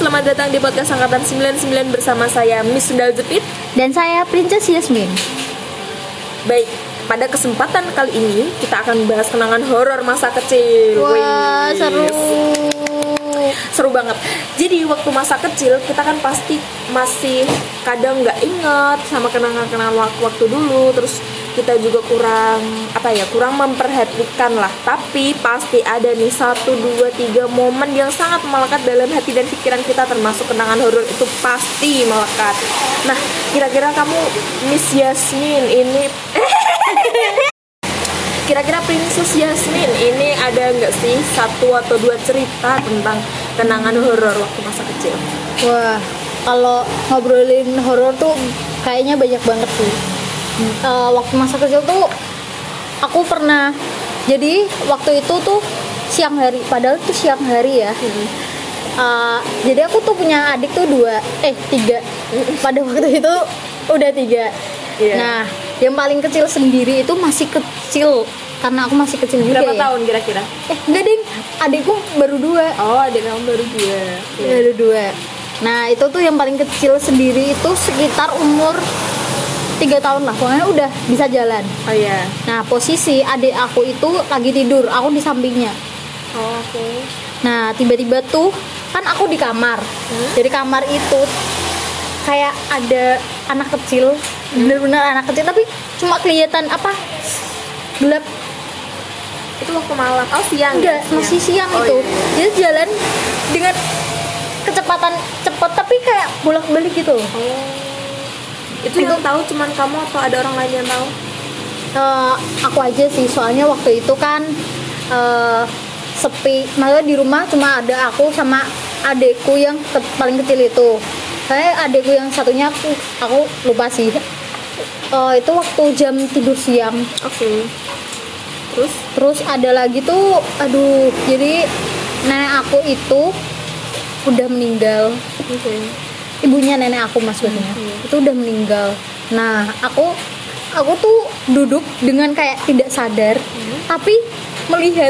selamat datang di podcast Angkatan 99 bersama saya Miss Sendal Jepit. Dan saya Princess Yasmin. Baik, pada kesempatan kali ini kita akan bahas kenangan horor masa kecil. Wah, seru. Seru banget. Jadi waktu masa kecil kita kan pasti masih kadang nggak ingat sama kenangan-kenangan waktu dulu. Terus kita juga kurang memperhatikan lah. Tapi pasti ada nih 1, 2, 3 momen yang sangat melekat dalam hati dan pikiran kita, termasuk kenangan horor itu pasti melekat. Nah, kira-kira kamu Miss Yasmin ini kira-kira Princess Yasmin ini ada nggak sih 1 atau 2 cerita tentang kenangan horor waktu masa kecil? Wah, kalau ngobrolin horor tuh kayaknya banyak banget sih. Waktu masa kecil tuh aku pernah, jadi waktu itu tuh siang hari, padahal tuh siang hari ya. Jadi aku tuh punya adik tuh 3. Pada waktu itu udah 3. Yeah. Nah, yang paling kecil sendiri itu masih kecil, karena aku masih kecil juga. Berapa tahun kira-kira? Enggak ding, adikku baru 2. Oh, adik kamu baru 2. Baru 2. Nah, itu tuh yang paling kecil sendiri itu sekitar umur 3 tahun lah, pokoknya udah bisa jalan. Oh iya. Nah, posisi adik aku itu lagi tidur, aku di sampingnya. Oh, oke. Nah, tiba-tiba tuh kan aku di kamar. Dari kamar itu kayak ada anak kecil, bener-bener anak kecil, tapi cuma kelihatan gelap. Itu waktu malam. Oh, siang. Enggak, masih siang itu. Iya. Dia jalan dengan kecepatan cepat, tapi kayak bolak-balik gitu. Itu yang tahu cuman kamu atau ada orang lain yang tahu? Aku aja sih, soalnya waktu itu kan sepi. Maksudnya di rumah cuma ada aku sama adekku yang paling kecil itu. Saya adekku yang satunya aku lupa sih. Itu waktu jam tidur siang. Oke. Terus ada lagi tuh, jadi nenek aku itu udah meninggal. Oke. Ibunya nenek aku maksudnya. Itu udah meninggal. Nah, aku tuh duduk dengan kayak tidak sadar, tapi melihat.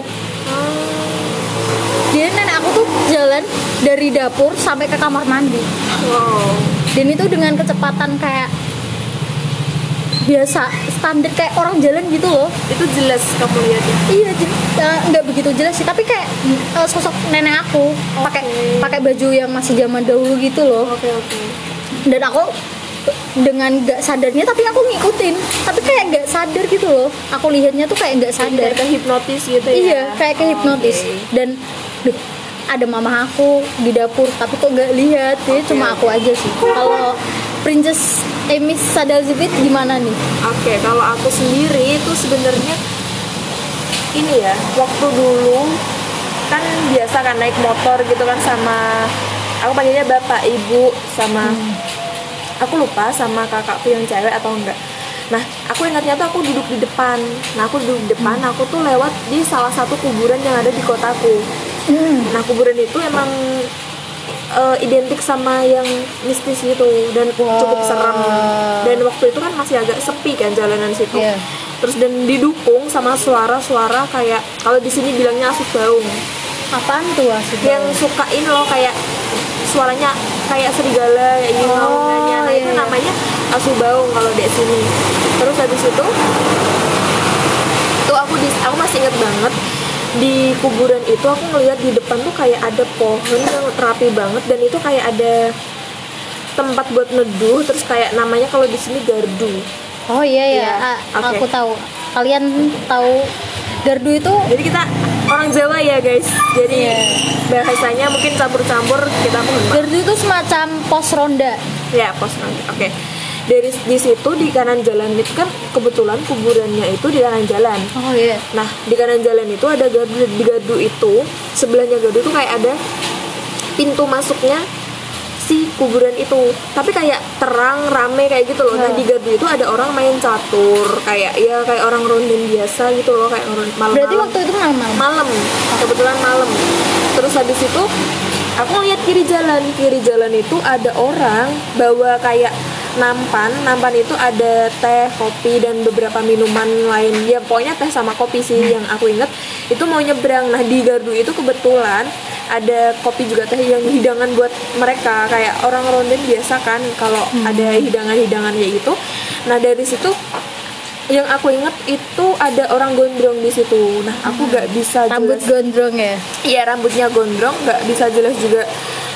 Dia nenek aku tuh jalan dari dapur sampai ke kamar mandi. Wow. Dan itu dengan kecepatan kayak biasa, standar kayak orang jalan gitu loh. Itu jelas kamu lihatnya? Iya, nggak begitu jelas sih, tapi kayak sosok nenek aku pakai baju yang masih zaman dahulu gitu loh. Oke. Dan aku dengan nggak sadarnya, tapi aku ngikutin, tapi kayak nggak sadar gitu loh. Aku lihatnya tuh kayak nggak sadar. Kayak kehipnotis gitu ya? Iya, kayak kehipnotis. Dan ada mama aku di dapur, tapi kok nggak lihat. Jadi cuma aku aja sih. Kalau Princess Miss Sendal Jepit gimana nih? Oke, kalau aku sendiri itu sebenarnya ini ya, waktu dulu kan biasa kan naik motor gitu kan, sama aku panggilnya bapak, ibu, sama aku lupa sama kakakku yang cewek atau enggak. Nah, aku ingatnya tuh aku duduk di depan. Nah, aku duduk di depan, aku tuh lewat di salah satu kuburan yang ada di kotaku. Nah, kuburan itu emang identik sama yang mistis gitu dan cukup serem. Dan waktu itu kan masih agak sepi kan jalanan situ. Yeah. Terus dan didukung sama suara-suara kayak kalau di sini bilangnya asup baung. Apaan tuh asli? Yang suka ini loh, kayak suaranya kayak serigala kayak gitu. Nah, itu namanya asup baung kalau di sini. Terus habis itu tuh aku masih inget banget, di kuburan itu aku ngeliat di depan tuh kayak ada pohon yang rapi banget, dan itu kayak ada tempat buat neduh. Terus kayak namanya kalau di sini gardu. Oh iya. Iya, oke. Aku tahu. Kalian tahu gardu itu? Jadi kita orang Jawa ya guys, jadi bahasanya mungkin campur-campur, kita mohon maaf. Gardu itu semacam pos ronda. Ya, pos nanti. Oke. Dari di situ di kanan jalan itu kan kebetulan kuburannya itu di kanan jalan. Oh iya. Nah, di kanan jalan itu ada gardu. Di gardu itu sebelahnya gardu itu kayak ada pintu masuknya si kuburan itu, tapi kayak terang rame kayak gitu loh. Nah, di gardu itu ada orang main catur, kayak orang ronden biasa gitu loh, kayak malam. Berarti waktu itu malam. Kebetulan malam. Terus habis itu aku ngeliat kiri jalan itu ada orang bawa kayak nampan itu ada teh, kopi, dan beberapa minuman lain. Ya pokoknya teh sama kopi sih yang aku inget. Itu mau nyebrang. Nah di gardu itu kebetulan ada kopi juga teh yang hidangan buat mereka, kayak orang ronden biasa kan kalau ada hidangan-hidangan kayak gitu. Nah dari situ yang aku inget itu ada orang gondrong di situ. Nah aku nggak bisa Rambut jelas. gondrong ya. Iya rambutnya gondrong, nggak bisa jelas juga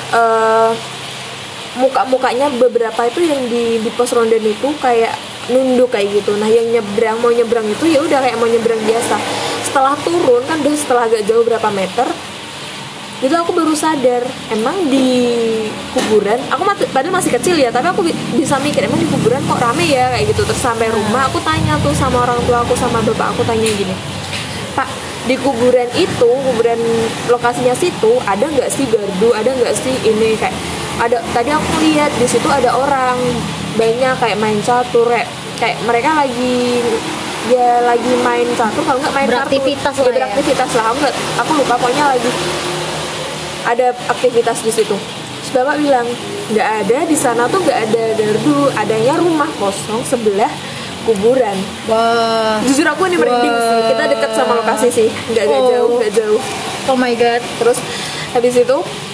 muka-mukanya. Beberapa itu yang di pos ronden itu kayak nunduk kayak gitu. Nah yang mau nyebrang itu ya udah kayak mau nyebrang biasa. Setelah turun kan udah setelah agak jauh berapa meter, itu aku baru sadar emang di kuburan aku padahal masih kecil ya, tapi aku bisa mikir emang di kuburan kok rame ya kayak gitu. Terus sampai rumah aku tanya tuh sama orang tua aku, sama bapak aku, tanya gini, Pak, di kuburan itu, kuburan lokasinya situ ada nggak sih gardu, ada nggak sih ini, kayak ada, tadi aku lihat di situ ada orang banyak kayak main catur, kayak mereka lagi main catur, kalau nggak main Beraktivitas kartu, lah ya. beraktivitas lah, aku lupa, pokoknya lagi ada aktivitas di situ. Terus bapak bilang nggak ada di sana tuh, nggak ada gardu, adanya rumah kosong sebelah kuburan. Wah. Jujur aku ini merinding sih, kita dekat sama lokasi sih, nggak jauh. Oh my god. Terus habis itu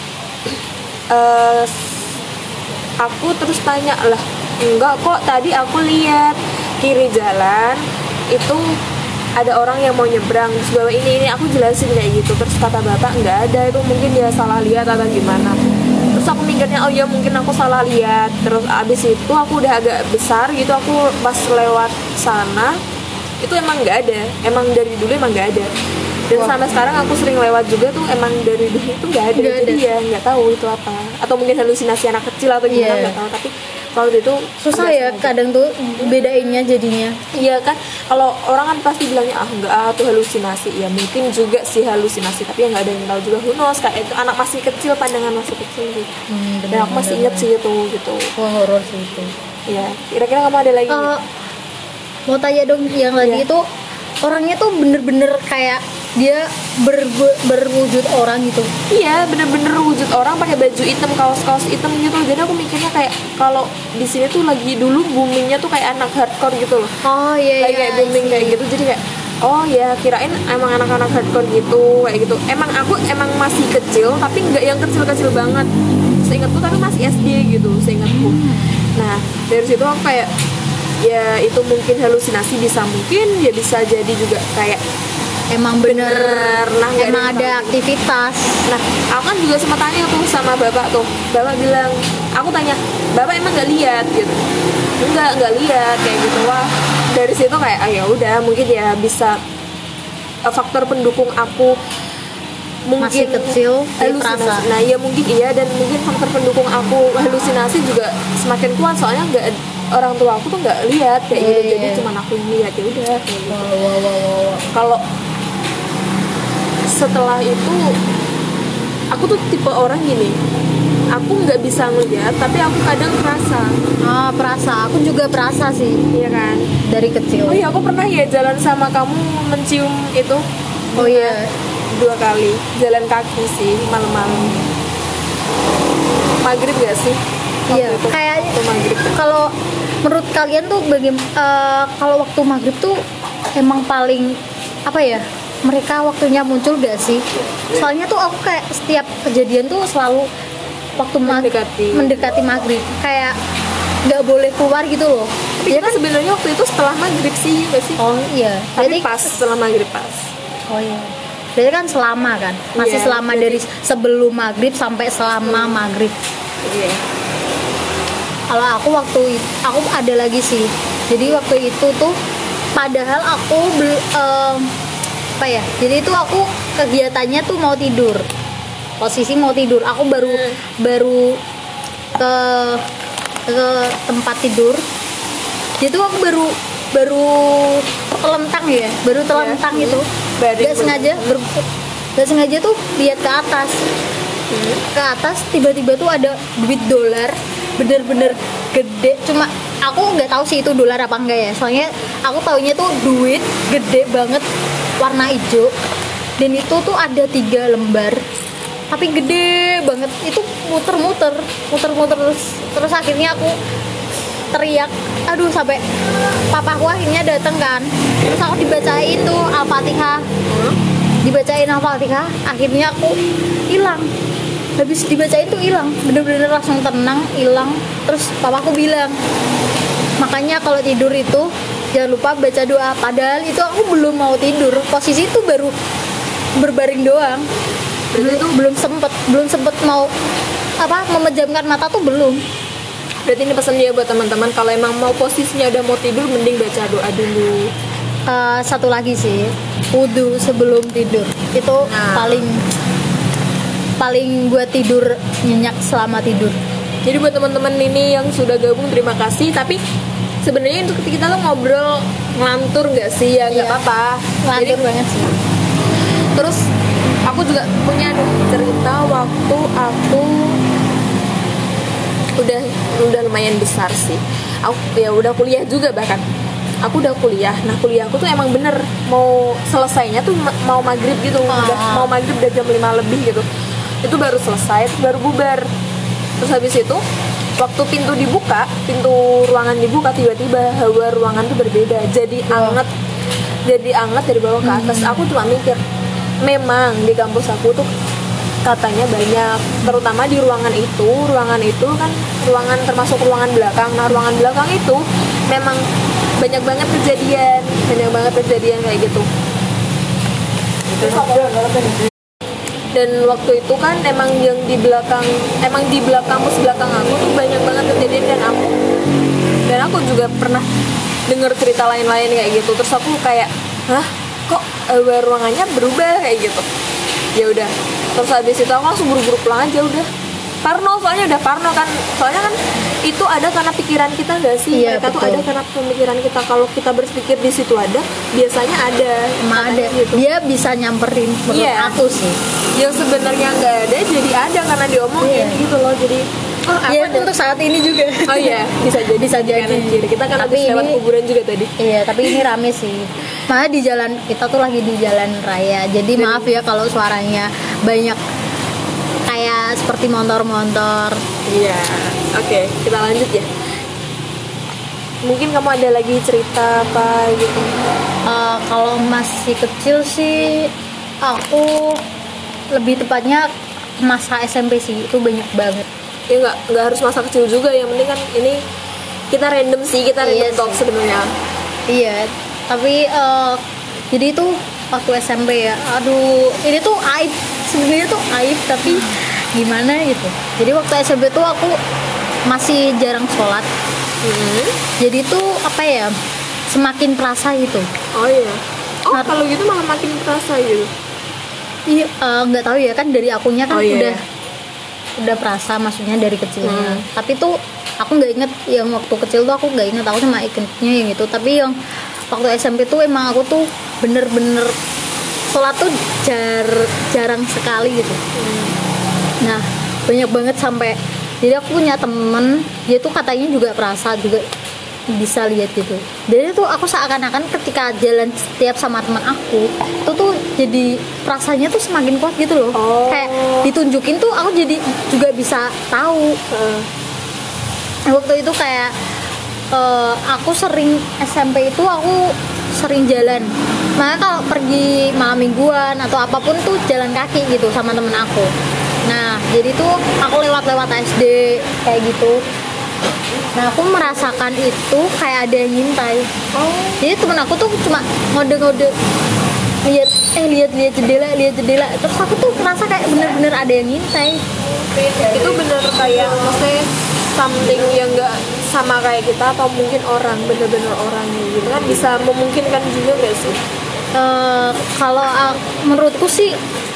aku terus tanya lah, enggak kok, tadi aku lihat kiri jalan itu ada orang yang mau nyebrang. Terus bawa ini aku jelasin kayak gitu. Terus kata bapak nggak ada, itu mungkin dia salah lihat atau gimana. Terus aku mikirnya oh ya mungkin aku salah lihat. Terus abis itu aku udah agak besar gitu, aku pas lewat sana itu emang nggak ada, emang dari dulu emang nggak ada. Dan Wah. sampai sekarang aku sering lewat juga tuh, emang dari dulu itu nggak ada. Nggak Jadi ada. ya nggak tahu itu apa, atau mungkin halusinasi anak kecil atau gimana, Iya. nggak tahu. Tapi kalau itu Susah agak ya sengaja. kadang tuh bedainnya jadinya. Iya kan, kalau orang kan pasti bilangnya enggak, itu halusinasi. Ya mungkin juga sih halusinasi, tapi ya nggak ada yang tahu juga. Who knows, kayak itu anak masih kecil, pandangan masih kecil gitu. Dan aku masih inget sih itu gitu. Wah, horor sih itu. Ya, kira-kira kamu ada lagi? Mau tanya dong, yang Iya. lagi itu orangnya tuh bener-bener kayak dia berwujud orang gitu. Iya, bener-bener wujud orang, pakai baju hitam, kaos hitam gitu. Jadi aku mikirnya kayak kalau di sini tuh lagi dulu boomingnya tuh kayak anak hardcore gitu loh. Oh iya Lagi iya. kayak booming kayak gitu, jadi kayak oh ya kirain emang anak-anak hardcore gitu kayak gitu. Emang aku emang masih kecil, tapi nggak yang kecil-kecil banget seingatku, tapi masih SD gitu seingatku. Nah dari situ aku kayak ya itu mungkin halusinasi, bisa mungkin ya bisa jadi juga kayak Emang bener. nah nggak Emang yang ada tahu. aktivitas. Nah aku kan juga sempat tanya tuh sama bapak tuh, bapak bilang, aku tanya bapak emang nggak lihat gitu, nggak lihat kayak gitu. Wah dari situ kayak ya udah mungkin ya bisa faktor pendukung aku mungkin Masih kecil, dia halusinasi. terasa. Nah ya mungkin iya, dan mungkin faktor pendukung aku halusinasi juga semakin kuat, soalnya nggak, orang tua aku tuh nggak lihat kayak gitu. Iya. Jadi cuma aku yang lihat, ya udah kayak gitu. Wah. Kalau setelah itu aku tuh tipe orang gini, aku nggak bisa ngeliat tapi aku kadang merasa. Perasa, aku juga perasa sih Iya kan. dari kecil. Oh iya, aku pernah ya jalan sama kamu mencium itu. Oh iya. 2 kali jalan kaki sih malam-malam. Maghrib gak sih? Waktu Iya, itu. kayak Waktu maghrib. kalau menurut kalian tuh kalau waktu maghrib tuh emang paling apa ya? Mereka waktunya muncul gak sih? Soalnya tuh aku kayak setiap kejadian tuh selalu waktu mendekati maghrib, kayak nggak boleh keluar gitu loh. Tapi kan sebenarnya waktu itu setelah maghrib sih, gak sih? Oh iya, Tapi berarti pas setelah maghrib pas. oh iya, berarti kan selama kan, masih Iya, selama jadi- dari sebelum maghrib sampai selama maghrib. Iya. Kalau aku aku ada lagi sih. Jadi waktu itu tuh padahal aku apa ya? Jadi itu aku kegiatannya tuh mau tidur. Posisi mau tidur. Aku baru ke tempat tidur. Jadi tuh aku baru telentang ya, telentang itu. Baring Gak sengaja tuh lihat ke atas. Ke atas tiba-tiba tuh ada duit dolar bener-bener gede, cuma aku nggak tahu sih itu dolar apa enggak ya, soalnya aku taunya tuh duit gede banget warna hijau, dan itu tuh ada 3 lembar tapi gede banget, itu muter-muter terus akhirnya aku teriak aduh, sampai papaku akhirnya dateng kan, terus aku dibacain tuh Al-Fatihah, dibacain Al-Fatihah, akhirnya aku hilang habis dibacain tuh hilang, bener-bener langsung tenang, hilang. Terus papaku bilang, makanya kalau tidur itu jangan lupa baca doa. Padahal itu aku belum mau tidur, posisi itu baru berbaring doang. Berarti itu belum sempet mau memejamkan mata tuh belum. Berarti ini pesan dia buat teman-teman, kalau emang mau posisinya udah mau tidur, mending baca doa dulu. Satu lagi sih, wudhu sebelum tidur itu paling buat tidur nyenyak selama tidur. Jadi buat teman-teman ini yang sudah gabung, terima kasih. Tapi sebenarnya untuk kita tuh ngobrol ngelantur nggak sih ya, nggak apa-apa. Ngelantur banget sih. Terus aku juga punya cerita waktu aku udah lumayan besar sih. Aku ya udah kuliah juga, bahkan aku udah kuliah. Nah, kuliahku tuh emang bener mau selesainya tuh mau maghrib gitu. Udah mau maghrib, udah jam 5 lebih gitu. Itu baru selesai, baru bubar. Terus habis itu waktu pintu ruangan dibuka, tiba-tiba hawa ruangan tuh berbeda, jadi anget dari bawah ke atas. Aku cuma mikir, memang di kampus aku tuh katanya banyak, terutama di ruangan itu kan ruangan termasuk ruangan belakang. Nah, ruangan belakang itu memang banyak banget kejadian kayak gitu. Dan waktu itu kan emang di belakang kampus belakang aku tuh banyak banget kejadian, dan aku juga pernah dengar cerita lain-lain kayak gitu. Terus aku kayak, kok ruangannya berubah kayak gitu. Ya udah, terus habis itu aku langsung buru-buru pulang aja udah. Soalnya kan itu ada karena pikiran kita nggak sih? Iya, Mereka betul. tuh ada karena pemikiran kita. Kalau kita berpikir di situ ada, biasanya ada. Gitu. Dia bisa nyamperin menurut aku sih. Yang sebenarnya nggak ada jadi ada karena diomongin gitu loh. Jadi Untuk saat ini juga. Oh iya, bisa jadi. Kita kan habis lewat kuburan juga tadi. Iya, tapi ini rame sih. Malah kita tuh lagi di jalan raya. Jadi maaf ya kalau suaranya banyak kayak seperti motor-motor. Iya. Oke, kita lanjut ya. Mungkin kamu ada lagi cerita apa gitu? Kalau masih kecil sih, aku lebih tepatnya masa SMP sih, itu banyak banget. Ya nggak harus masa kecil juga, yang penting kan ini kita random talk sebenarnya. Iya, tapi jadi itu waktu SMP ya, aduh ini tuh aib, sebenarnya tuh aib tapi gimana gitu. Jadi waktu SMP tuh aku masih jarang sholat. Jadi tuh semakin terasa gitu. Oh iya. Kalau gitu malah makin terasa gitu. Iya, nggak tahu ya kan, dari akunya kan udah perasa, maksudnya dari kecilnya. Tapi tuh aku nggak inget yang waktu kecil tuh, aku nggak inget, aku cuma ingetnya yang itu. Tapi yang waktu SMP tuh emang aku tuh bener-bener sholat tuh jarang sekali gitu. Nah, banyak banget sampai jadi aku punya temen, dia tuh katanya juga perasa, juga bisa lihat gitu. Jadi tuh aku seakan-akan ketika jalan setiap sama teman aku itu tuh jadi rasanya tuh semakin kuat gitu loh. Kayak ditunjukin tuh aku jadi juga bisa tahu. Waktu itu kayak aku sering SMP itu aku sering jalan. Makanya kalau pergi malam mingguan atau apapun tuh jalan kaki gitu sama temen aku. Nah, jadi tuh aku lewat-lewat SD kayak gitu. Nah, aku merasakan itu kayak ada yang ngintai. Jadi temen aku tuh cuma ngode-ngode, lihat jendela. Terus aku tuh merasa kayak bener-bener ada yang ngintai. Itu bener kayak maksudnya something yang nggak sama kayak kita, atau mungkin orang, bener-bener orang gitu kan, bisa memungkinkan juga nggak sih? Kalau menurutku sih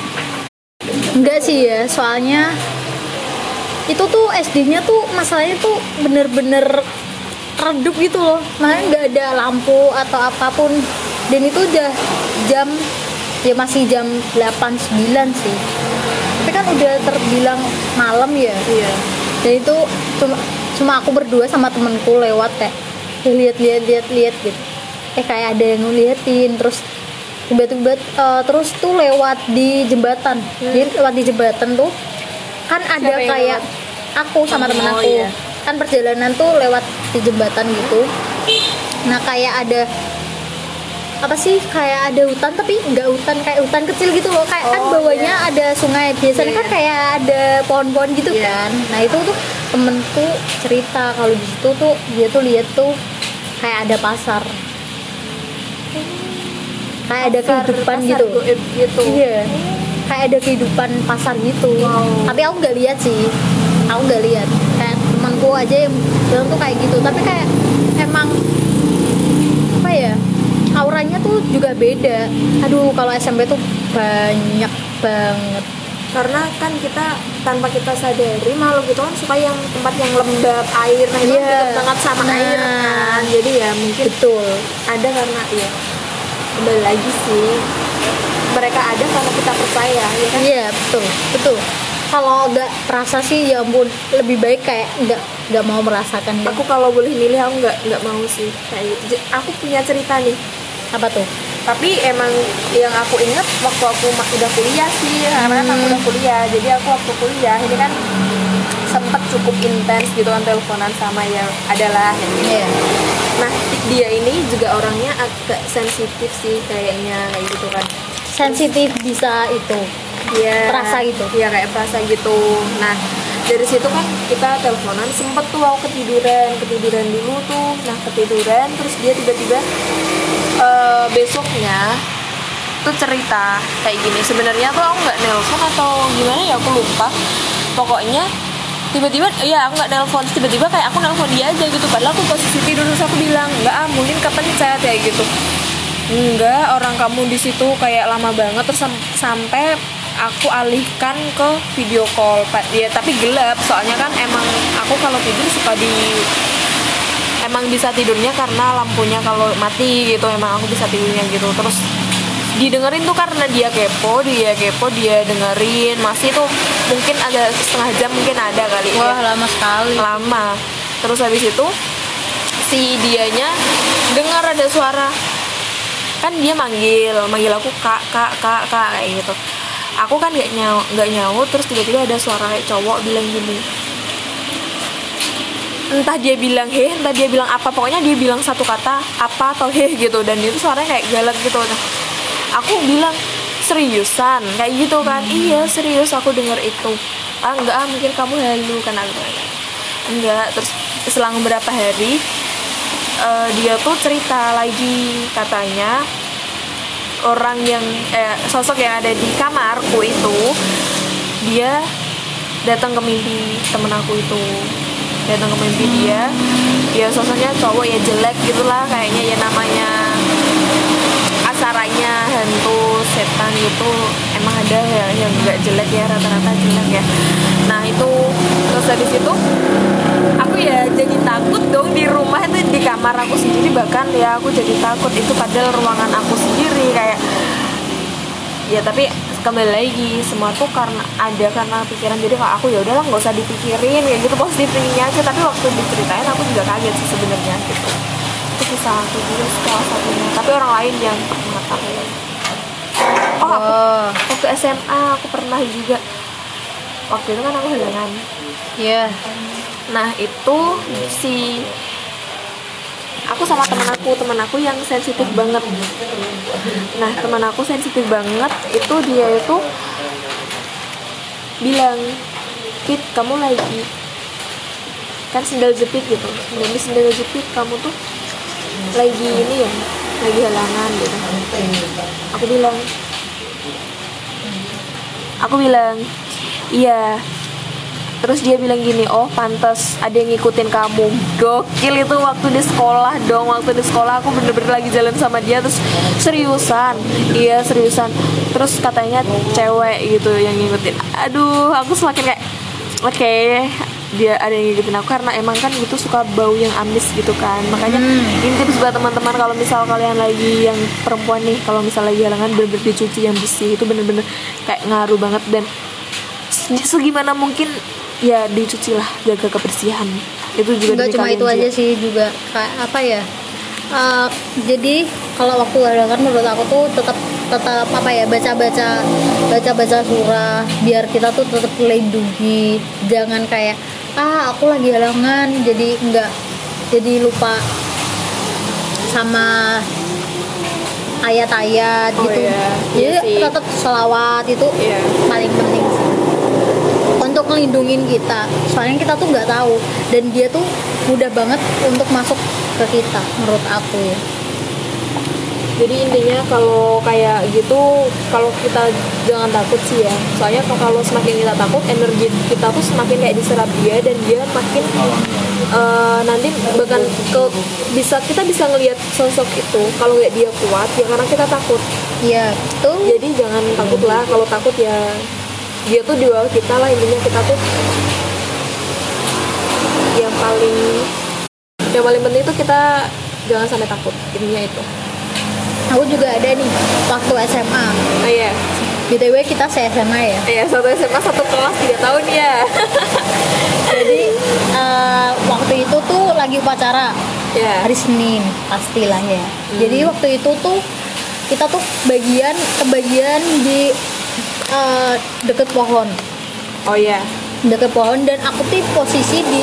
enggak sih ya, soalnya itu tuh SD-nya tuh masalahnya tuh bener-bener redup gitu loh, makanya nggak ada lampu atau apapun, dan itu udah masih jam 8-9 sih, tapi kan udah terbilang malam ya. Iya. Dan itu cuma aku berdua sama temenku lewat kayak lihat gitu, kayak ada yang ngeliatin, terus tiba-tiba terus tuh lewat di jembatan. Jadi lewat di jembatan tuh kan ada kayak aku sama temen aku. Iya. Kan perjalanan tuh lewat di jembatan gitu. Nah, kayak ada apa sih, kayak ada hutan tapi nggak hutan, kayak hutan kecil gitu loh, kayak kan Oh, bawahnya iya. ada sungai, biasanya Iya, kan iya. kayak ada pohon-pohon gitu Iya. kan. Nah itu tuh temenku cerita kalau di situ tuh dia tuh lihat tuh kayak ada pasar, kayak ada kehidupan Pasar gitu. goib gitu. Iya, kayak ada kehidupan pasar gitu. Wow. Tapi aku nggak lihat sih, aku nggak lihat. Kayak temanku aja yang bilang tuh kayak gitu. Tapi kayak emang apa ya, auranya tuh juga beda. Aduh, kalau SMP tuh banyak banget. Karena kan kita tanpa kita sadari makhluk itu kan suka yang tempat yang lembab air, nah itu Iya. deket banget sama Nah. air kan, jadi ya mungkin Betul. ada karena ya kembali lagi sih mereka ada karena kita percaya ya kan. Iya, betul, betul. Kalau nggak perasa sih ya ampun, lebih baik kayak nggak mau merasakan deh. Aku kalau boleh milih aku nggak mau sih kayak gitu. Aku punya cerita nih, Apa tuh? tapi emang yang aku inget waktu aku udah kuliah sih, karena kan aku udah kuliah, jadi aku waktu kuliah ini kan sempet cukup intens gitu kan, teleponan sama ya adalah yang gitu. Iya. Nah dia ini juga orangnya agak sensitif sih kayaknya kayak gitu kan. Sensitif bisa itu. Iya, Perasa gitu. iya kayak perasa gitu. Nah dari situ kan kita teleponan, sempet tuh aku ketiduran dulu tuh. Nah ketiduran terus dia tiba-tiba besoknya tuh cerita kayak gini. Sebenarnya tuh aku nggak nelpon atau gimana ya, aku lupa. Pokoknya tiba-tiba ya aku nggak nelpon, tiba-tiba kayak aku nelpon dia aja gitu, padahal aku posisi tidur. Terus aku bilang nggak mungkin kepencet kayak gitu. Enggak, orang kamu di situ kayak lama banget. Terus sampai aku alihkan ke video call ya, tapi gelap soalnya kan. Emang aku kalau tidur suka emang bisa tidurnya karena lampunya kalau mati gitu, emang aku bisa tidurnya gitu. Terus didengerin tuh karena dia kepo, dia dengerin. Masih tuh mungkin ada setengah jam, mungkin ada kali. Wah, ya. lama sekali. Lama. Terus habis itu si dianya dengar ada suara, kan dia manggil aku kak kayak gitu. Aku kan nggak nyaut. Terus tiba-tiba ada suara kayak cowok bilang gini, entah dia bilang heh, entah dia bilang apa, pokoknya dia bilang satu kata apa atau heh gitu, dan itu suaranya kayak galak gitu. Nah, aku bilang seriusan kayak gitu kan. Iya serius, aku dengar itu. Enggak, mungkin kamu halu kan. Aku enggak. Terus selang beberapa hari dia tuh cerita lagi, katanya orang yang sosok yang ada di kamarku itu, dia datang ke mimpi temen aku itu, datang ke mimpi dia sosoknya cowok ya, jelek gitulah kayaknya ya, namanya asaranya hantu setan gitu. Emang ada ya yang nggak jelek ya, rata-rata jelek ya. Nah itu terus habis itu aku ya jadi takut dong di rumah itu, di kamar aku sendiri bahkan ya aku jadi takut. Itu padahal ruangan aku sendiri kayak ya. Tapi kembali lagi semua tuh karena pikiran. Jadi kalau aku ya udahlah nggak usah dipikirin ya gitu, positif thinkingnya aja. Tapi waktu diceritain aku juga kaget sih sebenarnya gitu. Itu kisah aku juga salah satunya, tapi orang lain yang mengetahui. Aku waktu SMA aku pernah juga, waktu itu kan aku halangan. Iya. Nah itu aku sama teman aku yang sensitif banget. Nah teman aku sensitif banget itu, dia itu bilang, Kit kamu lagi kan sendal jepit gitu, sendal jepit kamu tuh lagi ini ya, lagi halangan gitu. Aku bilang iya. Terus dia bilang gini, oh pantas ada yang ngikutin kamu. Gokil itu waktu di sekolah dong. Waktu di sekolah aku bener-bener lagi jalan sama dia. Terus seriusan. Iya seriusan. Terus katanya cewek gitu yang ngikutin. Aduh aku semakin kayak oke, dia ada yang ngikutin aku. Karena emang kan itu suka bau yang amis gitu kan. Makanya ini tips buat teman-teman, kalau misal kalian lagi yang perempuan nih, kalau misal lagi halangan bener-bener dicuci yang bersih. Itu bener-bener kayak ngaruh banget. Dan segimana mungkin ya dicuci lah, jaga kebersihan. Itu juga nggak cuma itu juga. aja sih, juga kayak apa ya, jadi kalau waktu halangan menurut aku tuh tetap apa ya, baca surah biar kita tuh tetap melindungi. Jangan kayak aku lagi halangan jadi lupa sama ayat-ayat Oh, gitu. iya. Jadi Iya sih. tetap selawat itu Iya. paling penting sih. Untuk ngelindungin kita. Soalnya kita tuh nggak tahu dan dia tuh mudah banget untuk masuk ke kita menurut aku ya. Jadi intinya kalau kayak gitu, kalau kita jangan takut sih ya. Soalnya kalau semakin kita takut, energi kita tuh semakin kayak diserap dia, dan dia makin nanti bahkan kita bisa ngelihat sosok itu. Kalau nggak dia kuat, ya karena kita takut. Iya, tuh. Jadi jangan takut lah. Kalau takut ya dia tuh di bawah kita lah. Intinya kita tuh yang paling penting itu kita jangan sampai takut. Intinya itu. Aku juga ada nih waktu SMA. Oh iya. BTW kita se-SMA ya. Iya, satu SMA satu kelas 3 tahun ya. Jadi waktu itu tuh lagi upacara Ya. hari Senin pastilah ya. Jadi waktu itu tuh kita tuh kebagian di deket pohon, Oh iya. deket pohon, dan aku tuh posisi di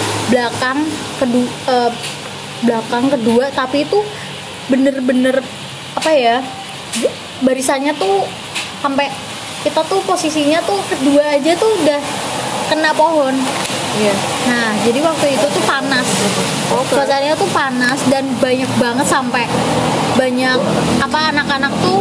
belakang kedua, tapi itu bener-bener apa ya, barisannya tuh sampai kita tuh posisinya tuh kedua aja tuh udah kena pohon. Iya. Nah, jadi waktu itu tuh panas. Oke. Cuacanya tuh panas dan banyak banget, sampai banyak anak-anak tuh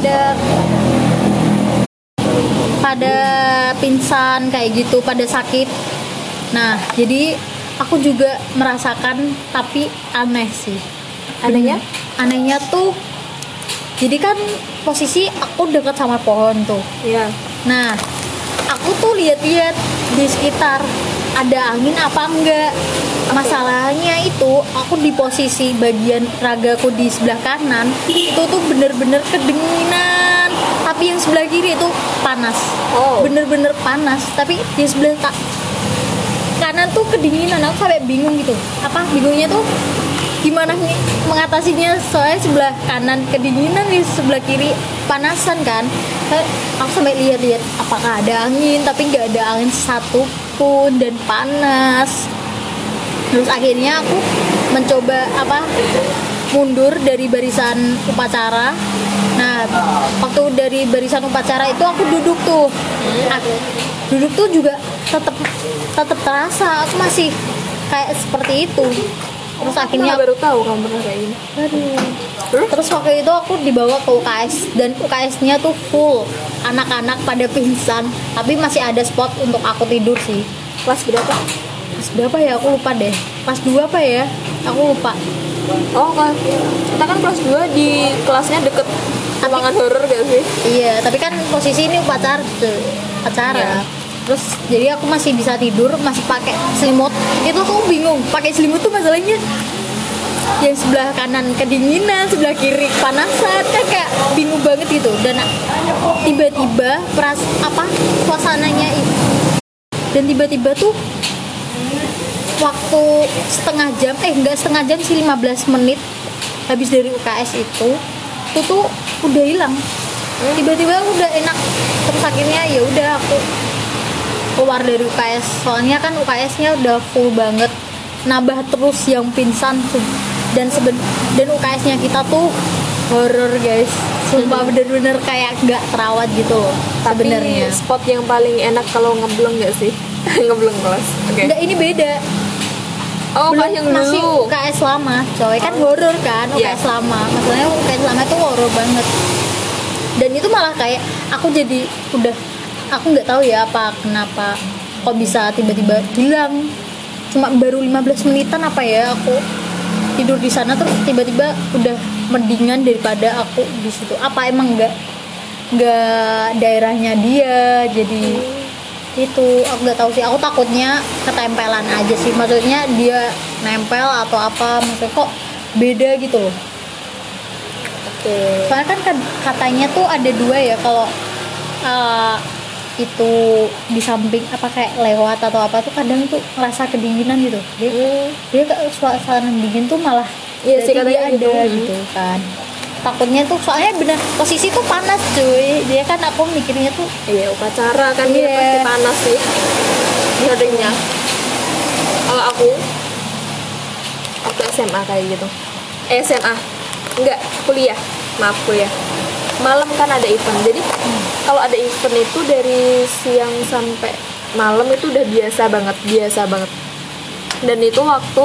pada pingsan kayak gitu, pada sakit. Nah, jadi aku juga merasakan, tapi aneh sih. Anehnya? Anehnya tuh, jadi kan posisi aku dekat sama pohon tuh. Iya. Nah, aku tuh lihat-lihat di sekitar ada angin apa enggak. Masalahnya itu aku di posisi bagian ragaku di sebelah kanan itu tuh bener-bener kedinginan, tapi yang sebelah kiri itu panas. Oh. Bener-bener panas, tapi di sebelah kanan tuh kedinginan. Aku sampai bingung gitu. Bingungnya tuh gimana nih mengatasinya, soalnya sebelah kanan kedinginan, di sebelah kiri panasan kan. Aku sampai lihat-lihat apakah ada angin, tapi nggak ada angin satu pun dan panas. Terus akhirnya aku mencoba mundur dari barisan upacara. Nah, waktu dari barisan upacara itu aku duduk tuh. Duduk tuh juga tetap terasa aku masih kayak seperti itu. Terus akhirnya Aku baru tahu kamu pernah kayak gini. Terus waktu itu aku dibawa ke UKS, dan UKS-nya tuh full anak-anak pada pingsan, tapi masih ada spot untuk aku tidur sih. Kelas berapa? Kelas berapa ya? Aku lupa deh. Kelas 2 apa ya? Aku lupa. Oh, kita kan kelas 2 di kelasnya deket ruangan horor gak sih? Iya, tapi kan posisi ini acara. Iya. Terus jadi aku masih bisa tidur, masih pakai selimut. Itu tuh bingung, pakai selimut tuh masalahnya yang sebelah kanan kedinginan, sebelah kiri panasan, kan kayak bingung banget gitu. Dan tiba-tiba suasananya itu, dan tiba-tiba tuh waktu setengah jam sih, 15 menit habis dari UKS itu tuh udah hilang. Tiba-tiba udah enak. Terus akhirnya ya udah aku keluar dari UKS, soalnya kan UKS-nya udah full banget, nambah terus yang pingsan tuh. Dan UKS-nya kita tuh horor guys, sumpah bener-bener kayak nggak terawat gitu loh sebenarnya. Tapi spot yang paling enak kalau ngebleng gak sih? Ngebleng kelas. Oke. Enggak, ini beda. Oh, Belum, kelas yang masih dulu. UKS lama, coy, kan horor kan. Iya. UKS lama, maksudnya UKS lama tuh horor banget. Dan itu malah kayak aku jadi aku nggak tahu ya kenapa kok bisa tiba-tiba hilang. Cuma baru 15 menitan apa ya aku tidur di sana, terus tiba-tiba udah mendingan daripada aku di situ. Apa emang nggak daerahnya dia, jadi itu aku nggak tahu sih. Aku takutnya ketempelan aja sih, maksudnya dia nempel atau apa, maksudnya kok beda gitu loh. Oke. Soalnya kan katanya tuh ada dua ya, kalau itu di samping kayak lewat atau apa tuh kadang tuh ngerasa kedinginan gitu. Dia suasana dingin tuh malah Iya sih, berarti katanya dia ada gitu. gitu kan. Takutnya tuh soalnya bener posisi tuh panas cuy. Dia kan aku mikirnya tuh Iya, upacara kan dia Iya. pasti panas sih. Seringnya. Kalau aku waktu SMA kayak gitu. SMA. Enggak, kuliah. maafku ya, malam kan ada event. Jadi kalau ada event itu dari siang sampai malam itu udah biasa banget. Dan itu waktu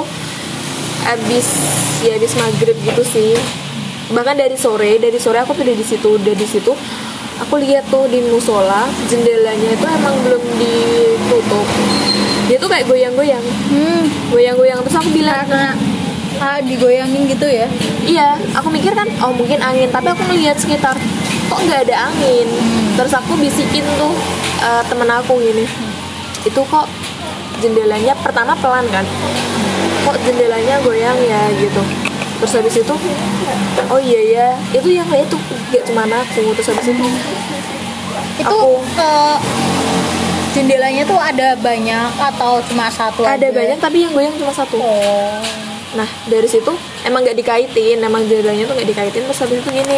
habis maghrib gitu sih. Bahkan dari sore aku udah di situ. Aku lihat tuh di musola jendelanya itu emang belum ditutup. Dia tuh kayak goyang-goyang. Goyang-goyang, terus aku bilang digoyangin gitu ya. iya, aku mikir kan oh mungkin angin, tapi aku ngelihat sekitar kok nggak ada angin. Terus aku bisikin tuh temen aku gini, itu kok jendelanya pertama pelan kan, kok jendelanya goyang ya gitu. Terus habis itu oh iya ya, itu yang kayak itu gak cuma aku. Terus habis itu aku jendelanya tuh ada banyak atau cuma satu ada aja? banyak tapi yang goyang cuma satu. Oh. Nah dari situ emang nggak dikaitin, emang jendelanya tuh nggak dikaitin. Terus habis itu gini,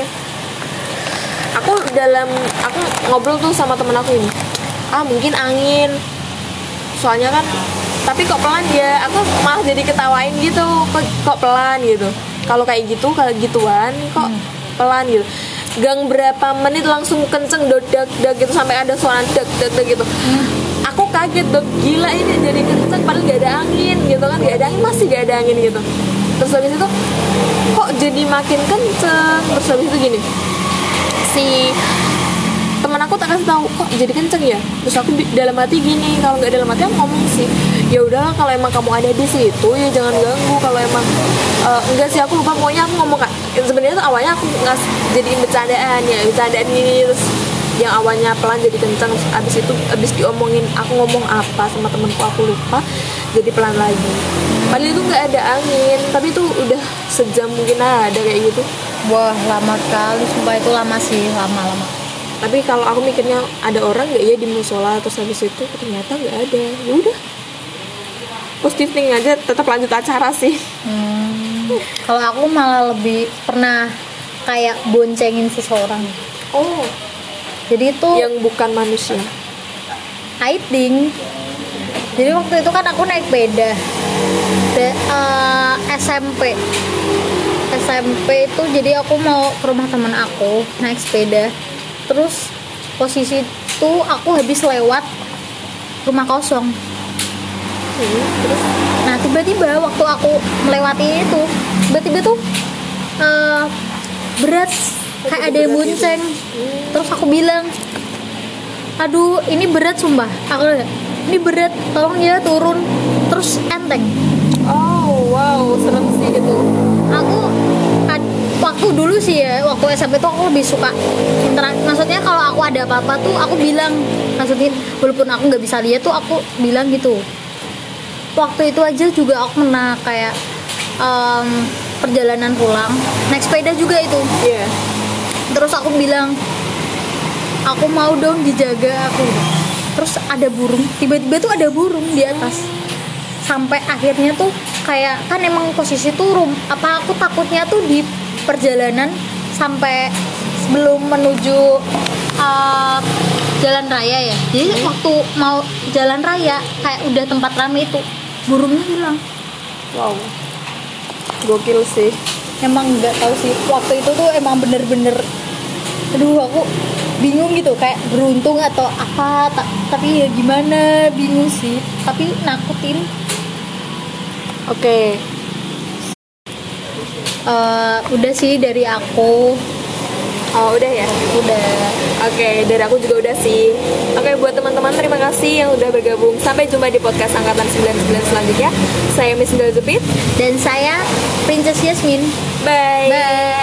aku ngobrol tuh sama temen aku ini, mungkin angin soalnya kan, tapi kok pelan ya. Aku malah jadi ketawain gitu, kok pelan gitu. Kalau kayak gitu, kalau gituan kok pelan gitu. Gang berapa menit langsung kenceng dodak gitu sampai ada suara dak gitu. Aku kaget dong, gila ini jadi kenceng padahal gak ada angin gitu kan, gak ada angin, masih gak ada angin gitu. Terus habis itu kok jadi makin kenceng. Terus habis itu gini, si teman aku tak kasih tahu kok jadi kenceng ya. Terus aku dalam hati gini, kalau nggak dalam hati aku ngomong sih, ya udah kalau emang kamu ada di situ ya jangan ganggu. Kalau emang enggak sih, aku lupa, pokoknya aku ngomong kak, sebenarnya tuh awalnya aku jadiin bercandaan ini. Terus yang awalnya pelan jadi kenceng, abis diomongin aku ngomong apa sama temenku aku lupa, jadi pelan lagi. Padahal itu nggak ada angin, tapi itu udah sejam mungkin ada kayak gitu. Wah, lama sekali, sumpah itu lama sih, lama. Tapi kalau aku mikirnya ada orang nggak ya di musola, terus habis itu ternyata nggak ada. Ya udah, positive thinking aja, tetap lanjut acara sih. Kalau aku malah lebih pernah kayak boncengin seseorang. Oh, Jadi itu yang bukan manusia. hiding. Jadi waktu itu kan aku naik sepeda SMP itu, jadi aku mau ke rumah teman aku naik sepeda. Terus posisi itu aku habis lewat rumah kosong. Terus Nah tiba-tiba waktu aku melewati itu, tiba-tiba tuh berat, kayak ada yang bonceng. Terus aku bilang, aduh ini berat sumpah, ini berat, tolong ya turun. Terus enteng. oh wow, serem sih itu. Waktu dulu sih ya, waktu SMP tuh aku lebih suka maksudnya kalau aku ada apa-apa tuh aku bilang, maksudnya walaupun aku nggak bisa lihat tuh aku bilang gitu. Waktu itu aja juga aku pernah kayak perjalanan pulang naik sepeda juga itu. Iya. Terus aku bilang, aku mau dong dijaga aku. Terus ada burung, tiba-tiba tuh ada burung di atas. Sampai akhirnya tuh kayak kan emang posisi tuh aku takutnya tuh di perjalanan sampai sebelum menuju jalan raya ya. Jadi waktu mau jalan raya kayak udah tempat rame itu, burungnya hilang. Wow, gokil sih. Emang nggak tahu sih, waktu itu tuh emang bener-bener aduh aku bingung gitu, kayak beruntung atau apa, tapi ya gimana, bingung sih, tapi nakutin. Oke. Udah sih dari aku. Oh udah ya. Udah. Oke, dari aku juga udah sih. Oke, buat teman-teman terima kasih yang udah bergabung. Sampai jumpa di podcast angkatan 99 selanjutnya. Saya Miss Indra Zupit Dan saya Princess Yasmin. Bye. Bye.